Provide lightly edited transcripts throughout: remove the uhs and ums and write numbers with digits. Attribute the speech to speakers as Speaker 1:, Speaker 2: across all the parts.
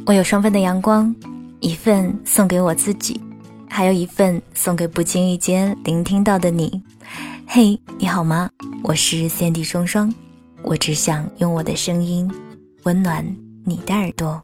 Speaker 1: 我有双份的阳光，一份送给我自己，还有一份送给不经意间聆听到的你。嘿，你好吗？我是Sandy双双，我只想用我的声音温暖你的耳朵。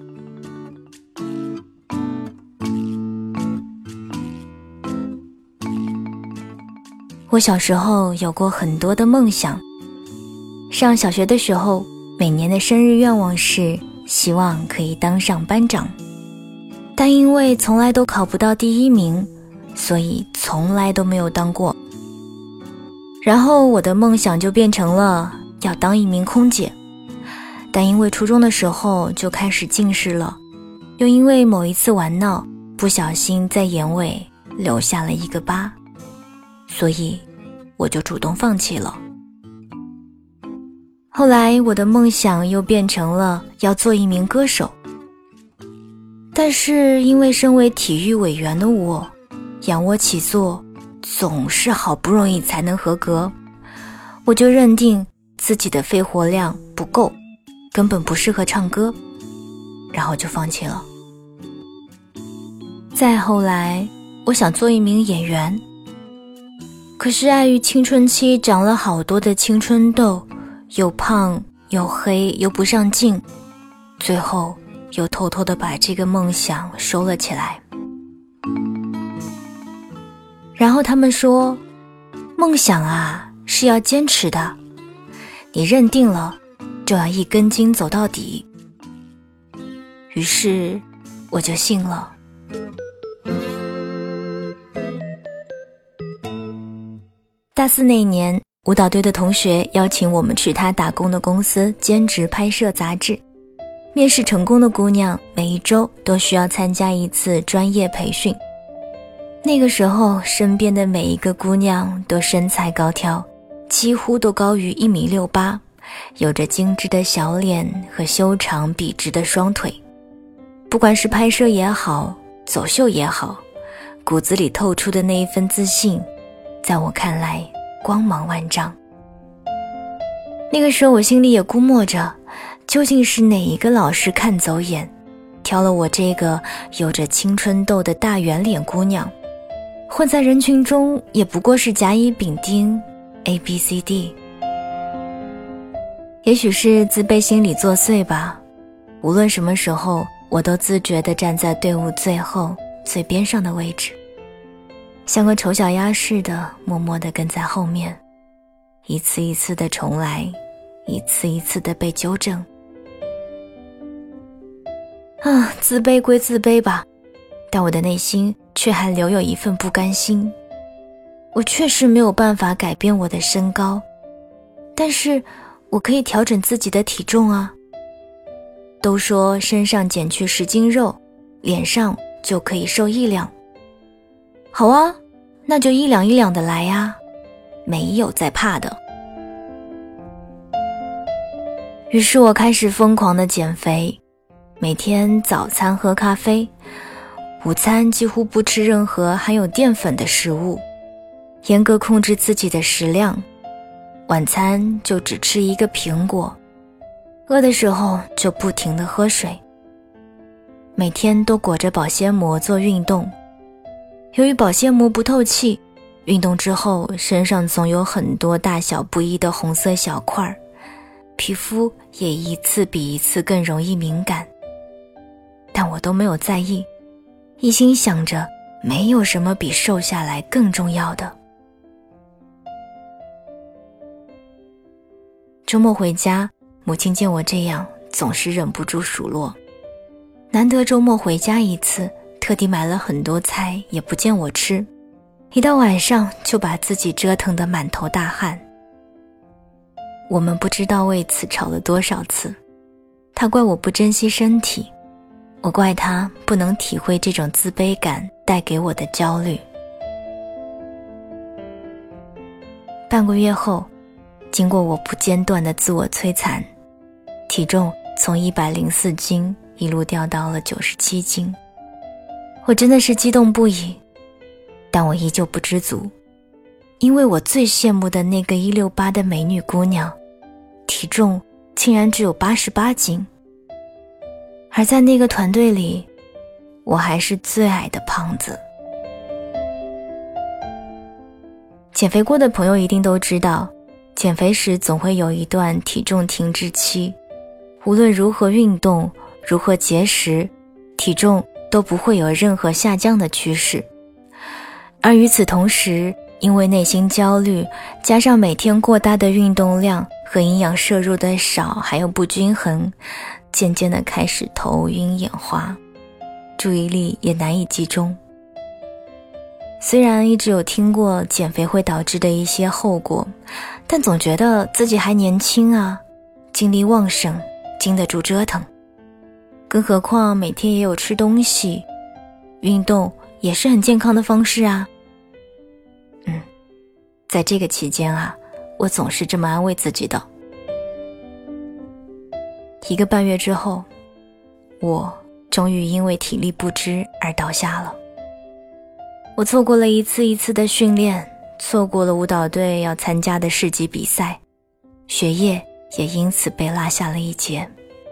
Speaker 1: 我小时候有过很多的梦想，上小学的时候，每年的生日愿望是希望可以当上班长，但因为从来都考不到第一名，所以从来都没有当过。然后我的梦想就变成了要当一名空姐，但因为初中的时候就开始近视了，又因为某一次玩闹，不小心在眼尾留下了一个疤，所以我就主动放弃了。后来我的梦想又变成了要做一名歌手，但是因为身为体育委员的我，仰卧起坐总是好不容易才能合格，我就认定自己的肺活量不够，根本不适合唱歌，然后就放弃了。再后来我想做一名演员，可是碍于青春期长了好多的青春痘，又胖又黑又不上镜，最后又偷偷地把这个梦想收了起来。然后他们说，梦想啊是要坚持的，你认定了就要一根筋走到底。于是我就信了。大四那年，舞蹈队的同学邀请我们去他打工的公司兼职拍摄杂志。面试成功的姑娘每一周都需要参加一次专业培训。那个时候身边的每一个姑娘都身材高挑，几乎都高于1.68米，有着精致的小脸和修长笔直的双腿。不管是拍摄也好，走秀也好，骨子里透出的那一份自信，在我看来光芒万丈。那个时候我心里也估摸着，究竟是哪一个老师看走眼，挑了我这个有着青春痘的大圆脸姑娘，混在人群中也不过是甲乙丙丁 ABCD。 也许是自卑心理作祟吧，无论什么时候我都自觉地站在队伍最后最边上的位置，像个丑小鸭似的默默地跟在后面，一次一次地重来，一次一次地被纠正。自卑归自卑吧，但我的内心却还留有一份不甘心。我确实没有办法改变我的身高，但是我可以调整自己的体重啊。都说身上减去10斤肉，脸上就可以瘦1两。好啊，那就1两1两的来呀，没有再怕的。于是我开始疯狂的减肥，每天早餐喝咖啡，午餐几乎不吃任何含有淀粉的食物，严格控制自己的食量，晚餐就只吃1个苹果，饿的时候就不停地喝水，每天都裹着保鲜膜做运动。由于保鲜膜不透气，运动之后身上总有很多大小不一的红色小块，皮肤也一次比一次更容易敏感。但我都没有在意，一心想着没有什么比瘦下来更重要的。周末回家，母亲见我这样，总是忍不住数落。难得周末回家一次，特地买了很多菜，也不见我吃，一到晚上就把自己折腾得满头大汗。我们不知道为此吵了多少次，他怪我不珍惜身体，我怪他不能体会这种自卑感带给我的焦虑。半个月后，经过我不间断的自我摧残，体重从104斤一路掉到了97斤。我真的是激动不已，但我依旧不知足，因为我最羡慕的那个168的美女姑娘，体重竟然只有88斤。 而在那个团队里，我还是最矮的胖子。减肥过的朋友一定都知道，减肥时总会有一段体重停滞期，无论如何运动，如何节食，体重都不会有任何下降的趋势。而与此同时，因为内心焦虑，加上每天过大的运动量和营养摄入的少还有不均衡，渐渐地开始头晕眼花，注意力也难以集中。虽然一直有听过减肥会导致的一些后果，但总觉得自己还年轻啊，精力旺盛，经得住折腾。更何况每天也有吃东西，运动也是很健康的方式啊。在这个期间啊，我总是这么安慰自己的。1个半月之后，我终于因为体力不支而倒下了。我错过了一次一次的训练，错过了舞蹈队要参加的市级比赛，学业也因此被落下了一截。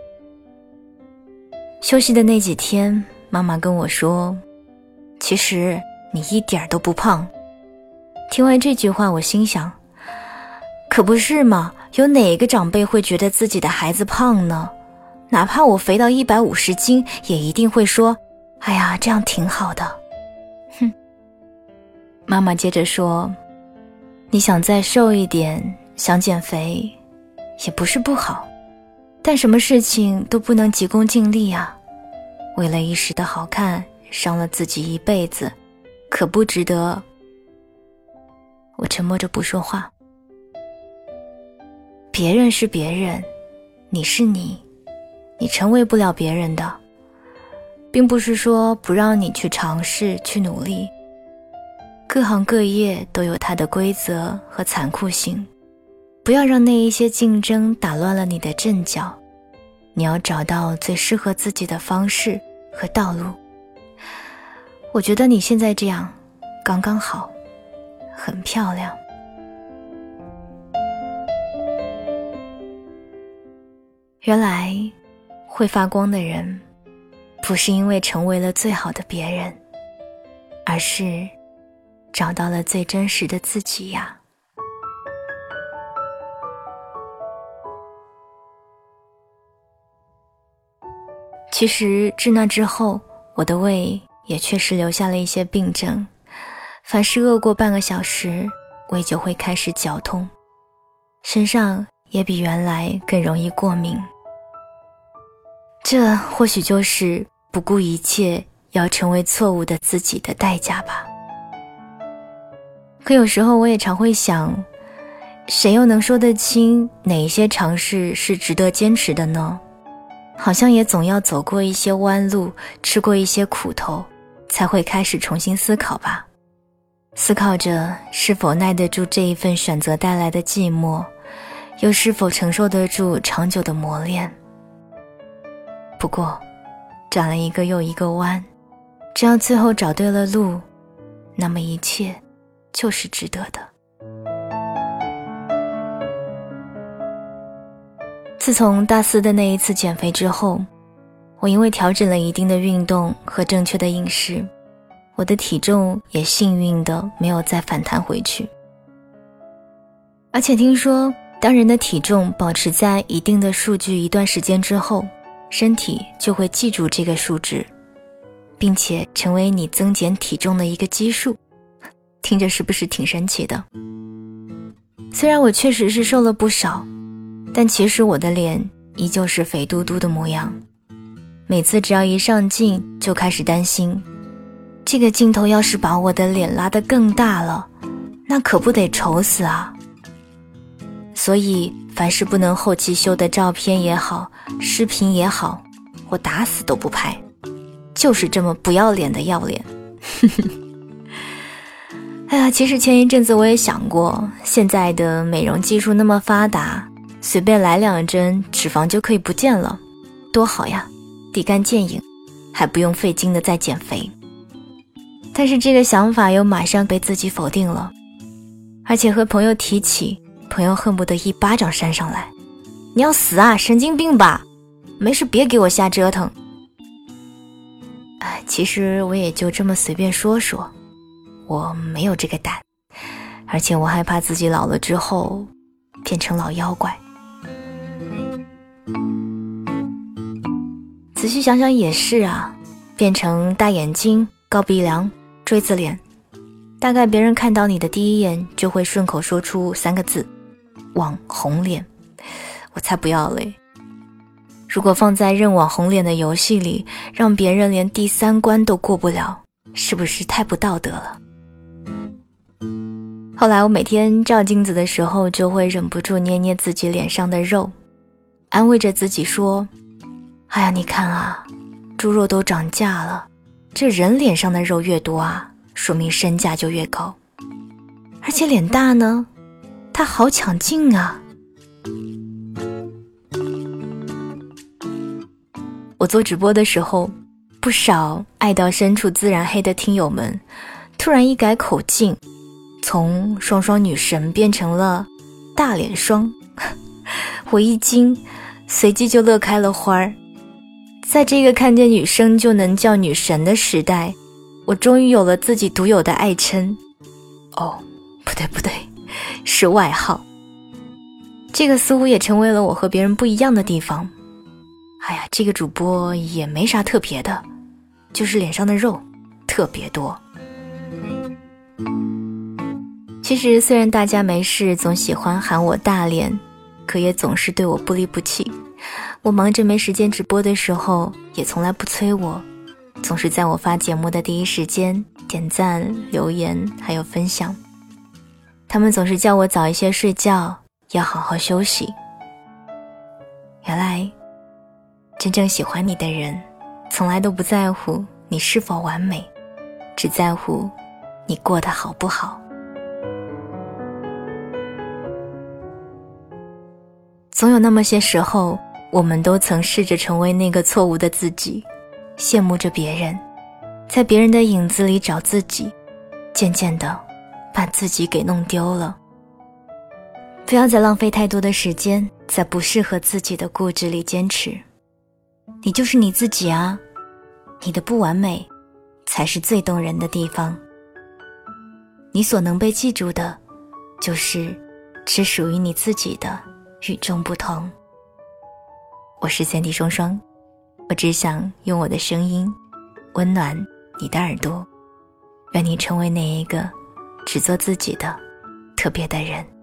Speaker 1: 休息的那几天，妈妈跟我说，其实你一点都不胖。听完这句话，我心想，可不是嘛，有哪个长辈会觉得自己的孩子胖呢？哪怕我肥到150斤，也一定会说，哎呀，这样挺好的。哼。妈妈接着说，你想再瘦一点，想减肥，也不是不好，但什么事情都不能急功近利啊。为了一时的好看，伤了自己一辈子，可不值得。我沉默着不说话。别人是别人，你是你，你成为不了别人的，并不是说不让你去尝试，去努力。各行各业都有它的规则和残酷性，不要让那一些竞争打乱了你的阵脚，你要找到最适合自己的方式和道路。我觉得你现在这样刚刚好，很漂亮。原来会发光的人，不是因为成为了最好的别人，而是找到了最真实的自己呀。其实自那之后，我的胃也确实留下了一些病症，凡是饿过半个小时，胃就会开始绞痛，身上也比原来更容易过敏。这或许就是不顾一切要成为错误的自己的代价吧。可有时候我也常会想，谁又能说得清哪一些尝试是值得坚持的呢？好像也总要走过一些弯路，吃过一些苦头，才会开始重新思考吧。思考着是否耐得住这一份选择带来的寂寞，又是否承受得住长久的磨练。不过转了一个又一个弯，只要最后找对了路，那么一切就是值得的。自从大4的那一次减肥之后，我因为调整了一定的运动和正确的饮食，我的体重也幸运的没有再反弹回去。而且听说，当人的体重保持在一定的数据一段时间之后，身体就会记住这个数值，并且成为你增减体重的一个基数。听着是不是挺神奇的？虽然我确实是瘦了不少，但其实我的脸依旧是肥嘟嘟的模样。每次只要一上镜，就开始担心，这个镜头要是把我的脸拉得更大了，那可不得丑死啊。所以凡是不能后期修的照片也好，视频也好，我打死都不拍，就是这么不要脸的要脸。哎呀，其实前一阵子我也想过，现在的美容技术那么发达，随便来2针脂肪就可以不见了，多好呀，立竿见影，还不用费劲的再减肥。但是这个想法又马上被自己否定了，而且和朋友提起，朋友恨不得一巴掌扇上来，你要死啊，神经病吧，没事别给我瞎折腾， 其实我也就这么随便说说，我没有这个胆，而且我害怕自己老了之后变成老妖怪。仔细想想也是啊，变成大眼睛、高鼻梁、锥子脸，大概别人看到你的第一眼就会顺口说出3个字：网红脸。我才不要嘞！如果放在认网红脸的游戏里，让别人连第3关都过不了，是不是太不道德了？后来我每天照镜子的时候，就会忍不住捏捏自己脸上的肉，安慰着自己说：哎呀，你看啊，猪肉都涨价了，这人脸上的肉越多啊，说明身价就越高。而且脸大呢，它好抢镜啊。我做直播的时候，不少爱到深处自然黑的听友们突然一改口径，从双双女神变成了大脸双。我一惊，随即就乐开了花儿。在这个看见女生就能叫女神的时代，我终于有了自己独有的爱称。不对，是外号。这个似乎也成为了我和别人不一样的地方。这个主播也没啥特别的，就是脸上的肉特别多。其实虽然大家没事总喜欢喊我大脸，可也总是对我不离不弃。我忙着没时间直播的时候，也从来不催我，总是在我发节目的第一时间点赞、留言还有分享。他们总是叫我早一些睡觉，要好好休息。原来真正喜欢你的人，从来都不在乎你是否完美，只在乎你过得好不好。总有那么些时候，我们都曾试着成为那个错误的自己，羡慕着别人，在别人的影子里找自己，渐渐的把自己给弄丢了。不要再浪费太多的时间在不适合自己的固执里坚持。你就是你自己啊，你的不完美才是最动人的地方。你所能被记住的，就是只属于你自己的与众不同。我是Sandy双双，我只想用我的声音温暖你的耳朵，愿你成为那一个只做自己的特别的人。